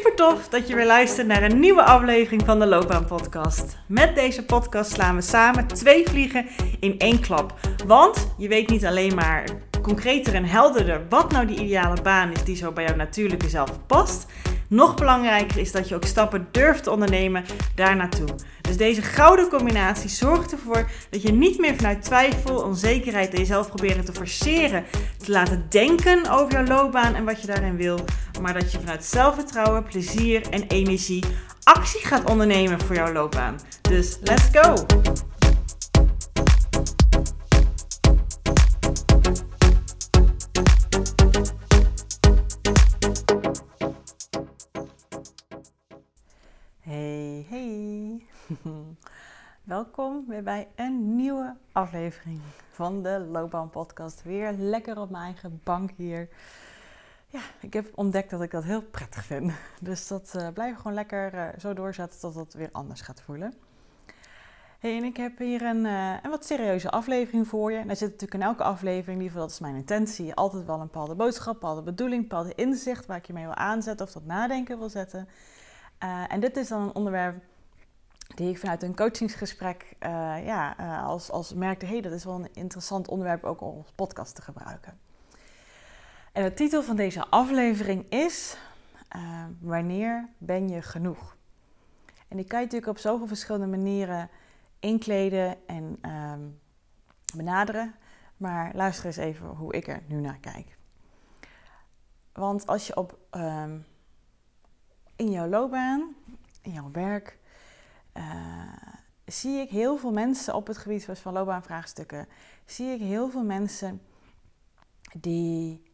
Super tof dat je weer luistert naar een nieuwe aflevering van de Loopbaan Podcast. Met deze podcast slaan we samen 2 vliegen in 1 klap. Want je weet niet alleen maar concreter en helderder wat nou die ideale baan is die zo bij jouw natuurlijke zelf past. Nog belangrijker is dat je ook stappen durft te ondernemen daar naartoe. Dus deze gouden combinatie zorgt ervoor dat je niet meer vanuit twijfel, onzekerheid en jezelf proberen te forceren, te laten denken over jouw loopbaan en wat je daarin wil. Maar dat je vanuit zelfvertrouwen, plezier en energie actie gaat ondernemen voor jouw loopbaan. Dus let's go! Hey. Welkom weer bij een nieuwe aflevering van de Loopbaan Podcast. Weer lekker op mijn eigen bank hier. Ja, ik heb ontdekt dat ik dat heel prettig vind. Dus dat blijf gewoon lekker zo doorzetten tot het weer anders gaat voelen. Hey, en ik heb hier een wat serieuze aflevering voor je. En daar zit natuurlijk in elke aflevering, in ieder geval dat is mijn intentie, altijd wel een bepaalde boodschap, een bepaalde bedoeling, een bepaalde inzicht waar ik je mee wil aanzetten of tot nadenken wil zetten. En dit is dan een onderwerp die ik vanuit een coachingsgesprek als merkte, hey, dat is wel een interessant onderwerp ook om als podcast te gebruiken. En de titel van deze aflevering is, wanneer ben je genoeg? En die kan je natuurlijk op zoveel verschillende manieren inkleden en benaderen. Maar luister eens even hoe ik er nu naar kijk. Want als je in jouw loopbaan, in jouw werk, zie ik heel veel mensen op het gebied van loopbaanvraagstukken, zie ik heel veel mensen die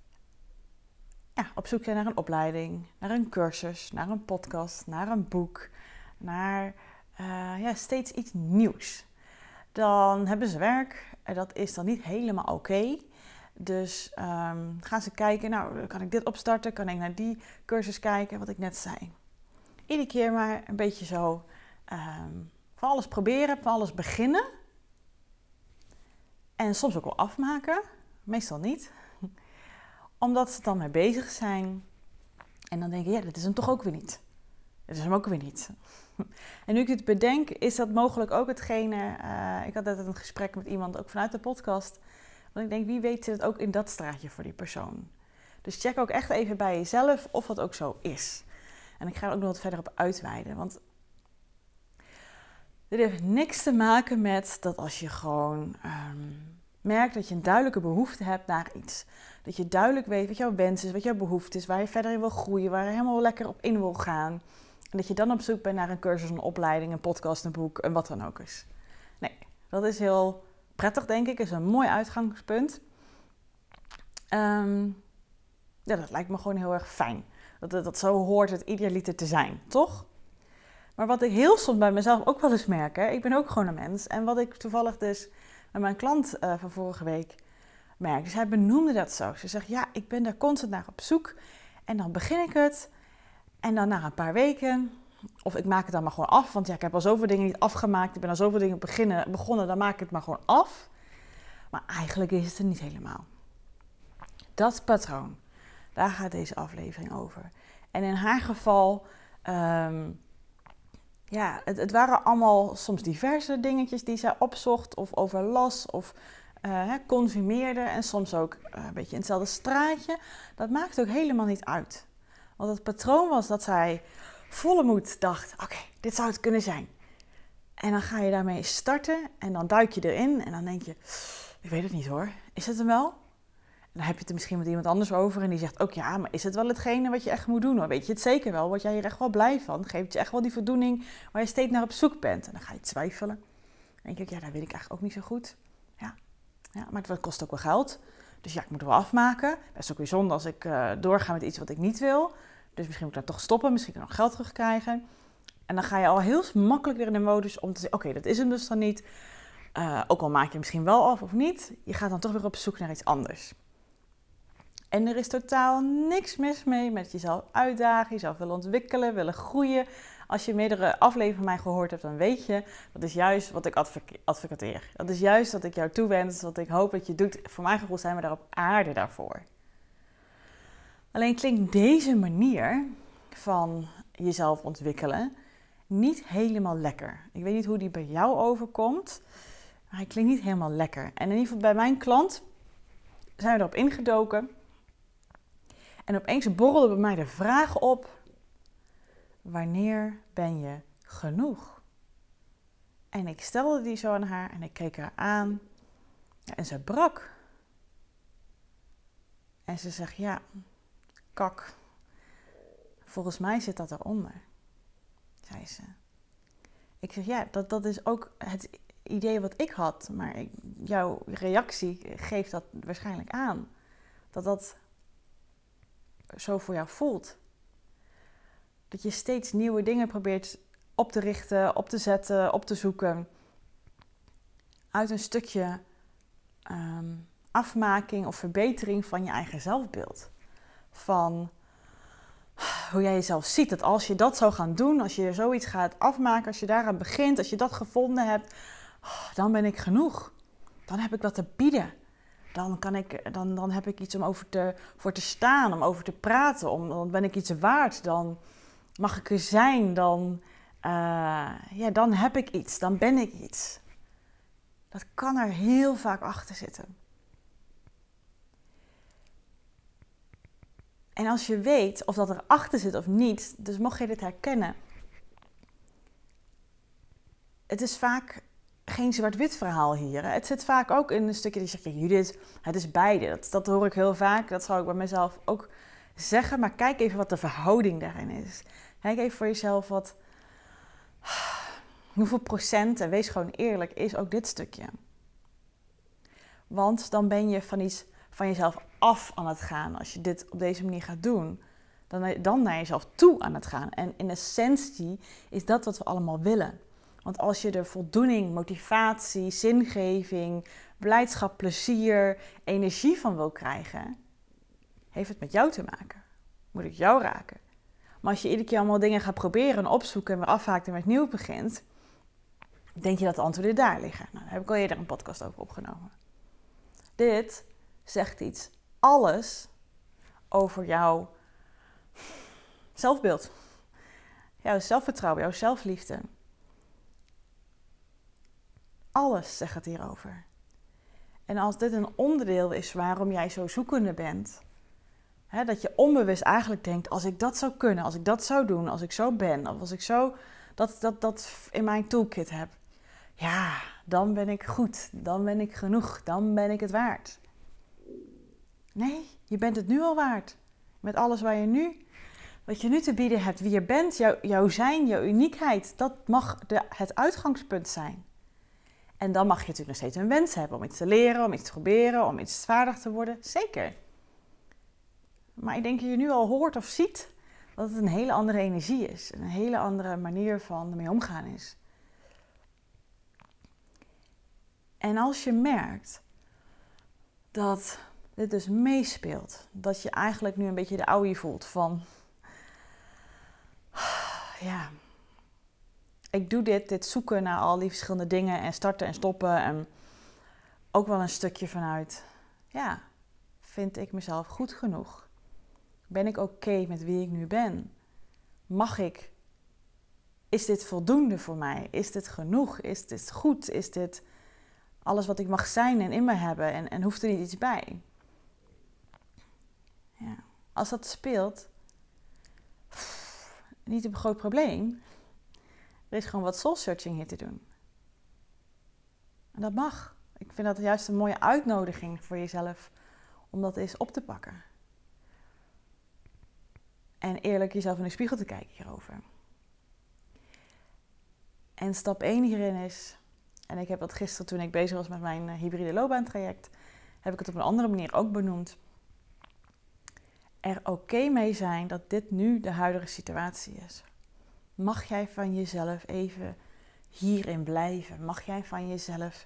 op zoek zijn naar een opleiding, naar een cursus, naar een podcast, naar een boek, naar steeds iets nieuws. Dan hebben ze werk en dat is dan niet helemaal oké. Dus gaan ze kijken, nou, kan ik dit opstarten? Kan ik naar die cursus kijken, wat ik net zei? Iedere keer maar een beetje zo van alles proberen, van alles beginnen. En soms ook wel afmaken, meestal niet. Omdat ze dan mee bezig zijn. En dan denk je, ja, dit is hem toch ook weer niet. Dit is hem ook weer niet. En nu ik dit bedenk, is dat mogelijk ook hetgene. Ik had net een gesprek met iemand, ook vanuit de podcast. Want ik denk, wie weet zit het ook in dat straatje voor die persoon. Dus check ook echt even bij jezelf of dat ook zo is. En ik ga er ook nog wat verder op uitweiden. Want dit heeft niks te maken met dat als je gewoon merkt dat je een duidelijke behoefte hebt naar iets. Dat je duidelijk weet wat jouw wens is, wat jouw behoefte is, waar je verder in wil groeien, waar je helemaal lekker op in wil gaan. En dat je dan op zoek bent naar een cursus, een opleiding, een podcast, een boek en wat dan ook is. Nee, dat is heel prettig, denk ik. Is een mooi uitgangspunt. Dat lijkt me gewoon heel erg fijn. Dat zo hoort het idealiter te zijn, toch? Maar wat ik heel soms bij mezelf ook wel eens merk, hè, ik ben ook gewoon een mens. En wat ik toevallig dus met mijn klant van vorige week merk, dus hij benoemde dat zo. Ze zegt, ja, ik ben daar constant naar op zoek. En dan begin ik het. En dan na een paar weken, of ik maak het dan maar gewoon af. Want ja, ik heb al zoveel dingen niet afgemaakt. Ik ben al zoveel dingen begonnen, dan maak ik het maar gewoon af. Maar eigenlijk is het er niet helemaal. Dat patroon, daar gaat deze aflevering over. En in haar geval, het waren allemaal soms diverse dingetjes die zij opzocht of overlas of consumeerde. En soms ook een beetje in hetzelfde straatje. Dat maakt ook helemaal niet uit. Want het patroon was dat zij volle moed dacht, oké, dit zou het kunnen zijn. En dan ga je daarmee starten en dan duik je erin en dan denk je, ik weet het niet hoor, is het hem wel? En dan heb je het er misschien met iemand anders over en die zegt ook, ja, maar is het wel hetgene wat je echt moet doen hoor? Weet je het zeker wel? Word jij hier echt wel blij van? Geeft je echt wel die voldoening waar je steeds naar op zoek bent? En dan ga je twijfelen. Dan denk je, ja, dat weet ik eigenlijk ook niet zo goed. Ja, maar het kost ook wel geld. Dus ja, ik moet het wel afmaken. Best ook weer zonde als ik doorga met iets wat ik niet wil. Dus misschien moet ik daar toch stoppen. Misschien kan ik nog geld terugkrijgen. En dan ga je al heel makkelijk weer in de modus om te zeggen, oké, dat is hem dus dan niet. Ook al maak je misschien wel af of niet. Je gaat dan toch weer op zoek naar iets anders. En er is totaal niks mis mee met jezelf uitdagen, jezelf willen ontwikkelen, willen groeien. Als je meerdere afleveringen van mij gehoord hebt, dan weet je, dat is juist wat ik advocateer. Dat is juist wat ik jou toewens, wat ik hoop dat je doet. Voor mijn gevoel zijn we daar op aarde daarvoor. Alleen klinkt deze manier van jezelf ontwikkelen niet helemaal lekker. Ik weet niet hoe die bij jou overkomt, maar hij klinkt niet helemaal lekker. En in ieder geval bij mijn klant zijn we erop ingedoken. En opeens borrelde bij mij de vraag op: wanneer ben je genoeg? En ik stelde die zo aan haar en ik keek haar aan. En ze brak. En ze zegt, ja, kak. Volgens mij zit dat eronder, zei ze. Ik zeg, ja, dat is ook het idee wat ik had. Maar jouw reactie geeft dat waarschijnlijk aan. Dat dat zo voor jou voelt. Dat je steeds nieuwe dingen probeert op te richten, op te zetten, op te zoeken. Uit een stukje afmaking of verbetering van je eigen zelfbeeld. Van hoe jij jezelf ziet. Dat als je dat zou gaan doen, als je zoiets gaat afmaken, als je daaraan begint, als je dat gevonden hebt, dan ben ik genoeg. Dan heb ik wat te bieden. Dan heb ik iets om voor te staan, om over te praten. Dan ben ik iets waard. Dan mag ik er zijn. Dan heb ik iets. Dan ben ik iets. Dat kan er heel vaak achter zitten. En als je weet of dat erachter zit of niet, dus mocht je dit herkennen. Het is vaak geen zwart-wit verhaal hier. Het zit vaak ook in een stukje die zegt, Judith, het is beide. Dat hoor ik heel vaak, dat zou ik bij mezelf ook zeggen. Maar kijk even wat de verhouding daarin is. Kijk even voor jezelf hoeveel procent, en wees gewoon eerlijk, is ook dit stukje. Want dan ben je van iets van jezelf af aan het gaan. Als je dit op deze manier gaat doen, dan naar jezelf toe aan het gaan. En in essentie is dat wat we allemaal willen. Want als je er voldoening, motivatie, zingeving, blijdschap, plezier, energie van wil krijgen, heeft het met jou te maken. Moet het jou raken. Maar als je iedere keer allemaal dingen gaat proberen en opzoeken en weer afhaakt en weer nieuw begint, denk je dat de antwoorden daar liggen. Nou, daar heb ik al eerder een podcast over opgenomen. Dit zegt iets alles over jouw zelfbeeld. Jouw zelfvertrouwen, jouw zelfliefde. Alles zegt het hierover. En als dit een onderdeel is waarom jij zo zoekende bent, dat je onbewust eigenlijk denkt, als ik dat zou kunnen, als ik dat zou doen, als ik zo ben, of als ik zo dat in mijn toolkit heb, ja, dan ben ik goed, dan ben ik genoeg, dan ben ik het waard. Nee, je bent het nu al waard. Met alles wat je nu te bieden hebt, wie je bent, jouw zijn, jouw uniekheid, dat mag het uitgangspunt zijn. En dan mag je natuurlijk nog steeds een wens hebben om iets te leren, om iets te proberen, om iets vaardig te worden. Zeker. Maar ik denk dat je nu al hoort of ziet dat het een hele andere energie is. Een hele andere manier van ermee omgaan is. En als je merkt dat dit dus meespeelt, dat je eigenlijk nu een beetje de ouwie voelt van, ja, ik doe dit zoeken naar al die verschillende dingen en starten en stoppen en ook wel een stukje vanuit, ja, vind ik mezelf goed genoeg? Ben ik oké met wie ik nu ben? Mag ik? Is dit voldoende voor mij? Is dit genoeg? Is dit goed? Is dit alles wat ik mag zijn en in me hebben en hoeft er niet iets bij? Ja. Als dat speelt, niet een groot probleem. Er is gewoon wat soul searching hier te doen. En dat mag. Ik vind dat juist een mooie uitnodiging voor jezelf om dat eens op te pakken. En eerlijk jezelf in de spiegel te kijken hierover. En stap 1 hierin is, en ik heb dat gisteren toen ik bezig was met mijn hybride loopbaantraject, heb ik het op een andere manier ook benoemd. Er oké mee zijn dat dit nu de huidige situatie is. Mag jij van jezelf even hierin blijven? Mag jij van jezelf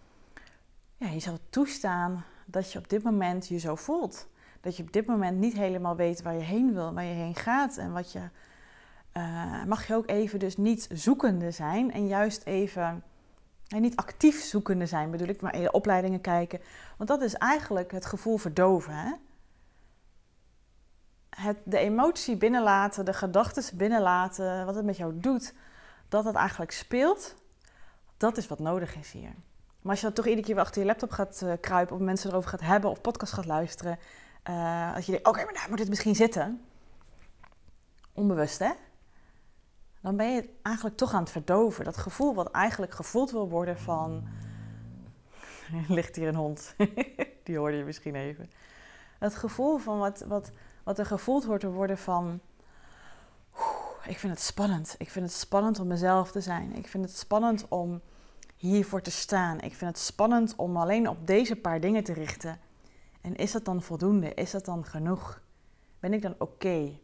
toestaan dat je op dit moment je zo voelt? Dat je op dit moment niet helemaal weet waar je heen wil, waar je heen gaat. En mag je ook even dus niet zoekende zijn en juist even, niet actief zoekende zijn bedoel ik, maar in opleidingen kijken. Want dat is eigenlijk het gevoel verdoven, hè? de emotie binnenlaten, de gedachten binnenlaten, wat het met jou doet, dat het eigenlijk speelt, dat is wat nodig is hier. Maar als je dan toch iedere keer weer achter je laptop gaat kruipen of mensen erover gaat hebben of podcast gaat luisteren, als je denkt, oké, maar daar moet het misschien zitten, onbewust hè, dan ben je het eigenlijk toch aan het verdoven. Dat gevoel wat eigenlijk gevoeld wil worden van, ligt hier een hond, die hoorde je misschien even. Het gevoel van wat er gevoeld wordt te worden van, ik vind het spannend. Ik vind het spannend om mezelf te zijn. Ik vind het spannend om hiervoor te staan. Ik vind het spannend om alleen op deze paar dingen te richten. En is dat dan voldoende? Is dat dan genoeg? Ben ik dan oké?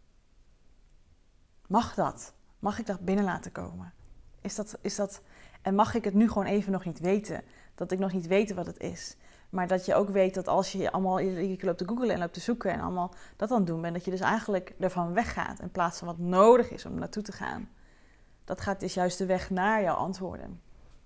Mag dat? Mag ik dat binnen laten komen? Is dat, en mag ik het nu gewoon even nog niet weten? Dat ik nog niet weet wat het is. Maar dat je ook weet dat als je allemaal iedere keer loopt te googlen en loopt te zoeken en allemaal dat aan het doen bent, dat je dus eigenlijk ervan weggaat in plaats van wat nodig is om naartoe te gaan. Dat gaat dus juist de weg naar jouw antwoorden.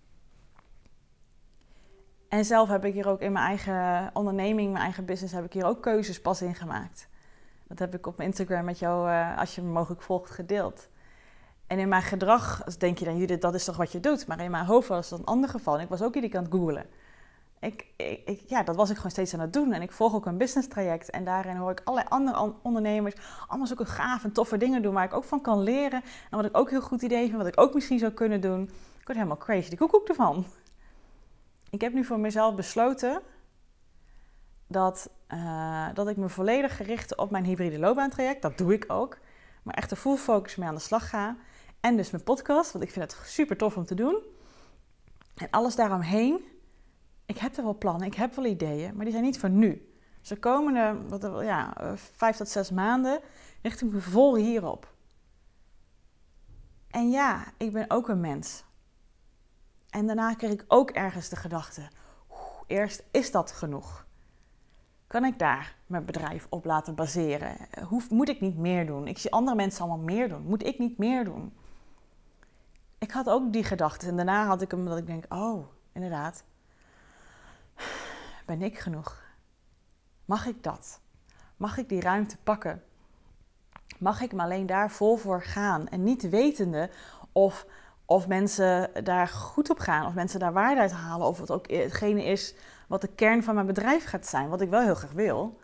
En zelf heb ik hier ook in mijn eigen onderneming, mijn eigen business, heb ik hier ook keuzes pas in gemaakt. Dat heb ik op mijn Instagram met jou, als je me mogelijk volgt, gedeeld. En in mijn gedrag denk je dan, Judith, dat is toch wat je doet? Maar in mijn hoofd was dat een ander geval. En ik was ook iedere keer aan het googlen. Dat was ik gewoon steeds aan het doen. En ik volg ook een business traject. En daarin hoor ik allerlei andere ondernemers allemaal zulke gaaf en toffe dingen doen waar ik ook van kan leren. En wat ik ook heel goed idee vind, wat ik ook misschien zou kunnen doen. Ik word helemaal crazy, de koekoek ervan. Ik heb nu voor mezelf besloten dat ik me volledig gericht op mijn hybride loopbaantraject. Dat doe ik ook. Maar echt er full focus mee aan de slag ga. En dus mijn podcast, want ik vind het super tof om te doen. En alles daaromheen. Ik heb er wel plannen, ik heb wel ideeën, maar die zijn niet voor nu. Dus de komende 5 tot 6 maanden richt ik me vol hierop. En ja, ik ben ook een mens. En daarna kreeg ik ook ergens de gedachte, eerst, is dat genoeg? Kan ik daar mijn bedrijf op laten baseren? Moet ik niet meer doen? Ik zie andere mensen allemaal meer doen. Moet ik niet meer doen? Ik had ook die gedachte en daarna had ik hem dat ik denk, oh, inderdaad. Ben ik genoeg? Mag ik dat? Mag ik die ruimte pakken? Mag ik me alleen daar vol voor gaan? En niet wetende of mensen daar goed op gaan, of mensen daar waarde uit halen, of het ook hetgene is wat de kern van mijn bedrijf gaat zijn, wat ik wel heel graag wil.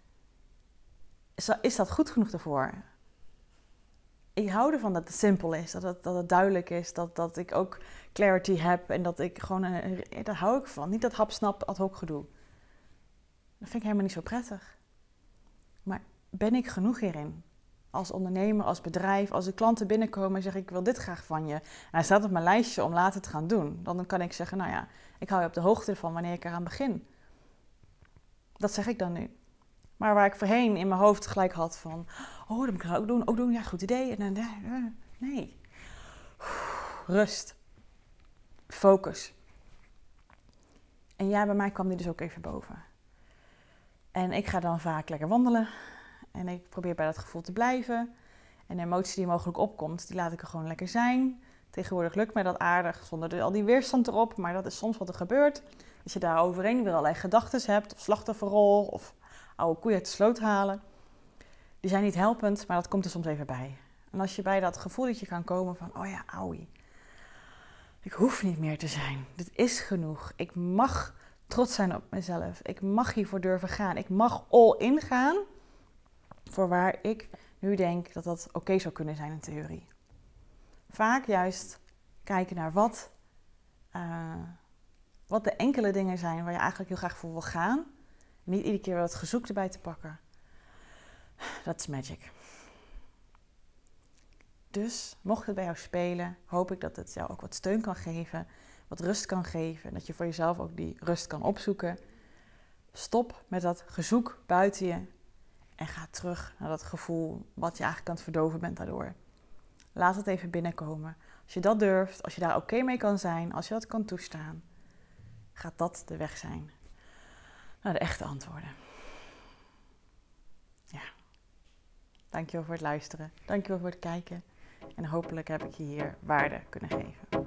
Is dat goed genoeg daarvoor? Ik hou ervan dat het simpel is, dat het duidelijk is, dat ik ook clarity heb en dat ik gewoon, daar hou ik van. Niet dat hapsnap ad hoc gedoe. Dat vind ik helemaal niet zo prettig. Maar ben ik genoeg hierin? Als ondernemer, als bedrijf, als de klanten binnenkomen en zeggen ik wil dit graag van je. En hij staat op mijn lijstje om later te gaan doen. Dan kan ik zeggen, nou ja, ik hou je op de hoogte van wanneer ik eraan begin. Dat zeg ik dan nu. Maar waar ik voorheen in mijn hoofd gelijk had van, oh, dat moet ik ook doen, ja, goed idee. En nee. Rust. Focus. En ja, bij mij kwam die dus ook even boven. En ik ga dan vaak lekker wandelen. En ik probeer bij dat gevoel te blijven. En de emotie die mogelijk opkomt, die laat ik er gewoon lekker zijn. Tegenwoordig lukt mij dat aardig, zonder al die weerstand erop. Maar dat is soms wat er gebeurt. Als je daar overheen weer allerlei gedachten hebt, of slachtofferrol, of oude koeien uit de sloot halen. Die zijn niet helpend, maar dat komt er soms even bij. En als je bij dat gevoeletje kan komen van, oh ja, auwie. Ik hoef niet meer te zijn. Dit is genoeg. Ik mag trots zijn op mezelf. Ik mag hiervoor durven gaan. Ik mag all in gaan voor waar ik nu denk dat dat oké zou kunnen zijn in theorie. Vaak juist kijken naar wat de enkele dingen zijn waar je eigenlijk heel graag voor wil gaan. En niet iedere keer wel het gezoek erbij te pakken. Dat is magic. Dus, mocht het bij jou spelen, hoop ik dat het jou ook wat steun kan geven, wat rust kan geven. En dat je voor jezelf ook die rust kan opzoeken. Stop met dat gezoek buiten je en ga terug naar dat gevoel wat je eigenlijk aan het verdoven bent daardoor. Laat het even binnenkomen. Als je dat durft, als je daar oké mee kan zijn, als je dat kan toestaan, gaat dat de weg zijn naar de echte antwoorden. Ja. Dankjewel voor het luisteren. Dankjewel voor het kijken. En hopelijk heb ik je hier waarde kunnen geven.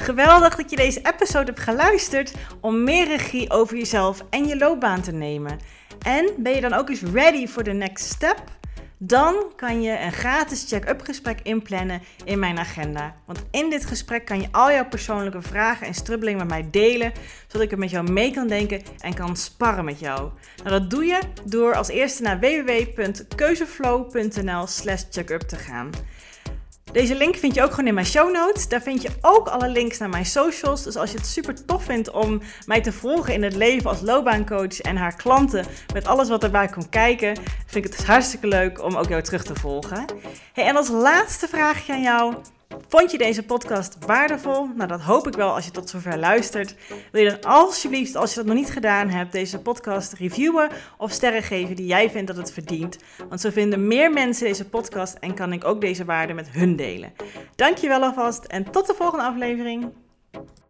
Geweldig dat je deze episode hebt geluisterd om meer regie over jezelf en je loopbaan te nemen. En ben je dan ook eens ready for the next step? Dan kan je een gratis check-up gesprek inplannen in mijn agenda. Want in dit gesprek kan je al jouw persoonlijke vragen en strubbelingen met mij delen, zodat ik er met jou mee kan denken en kan sparren met jou. Nou, dat doe je door als eerste naar www.keuzeflow.nl/checkup te gaan. Deze link vind je ook gewoon in mijn show notes. Daar vind je ook alle links naar mijn socials. Dus als je het super tof vindt om mij te volgen in het leven als loopbaancoach en haar klanten met alles wat erbij komt kijken, vind ik het dus hartstikke leuk om ook jou terug te volgen. Hey, en als laatste vraagje aan jou. Vond je deze podcast waardevol? Nou, dat hoop ik wel als je tot zover luistert. Wil je dan alsjeblieft, als je dat nog niet gedaan hebt, deze podcast reviewen of sterren geven die jij vindt dat het verdient? Want zo vinden meer mensen deze podcast en kan ik ook deze waarde met hun delen. Dankjewel alvast en tot de volgende aflevering.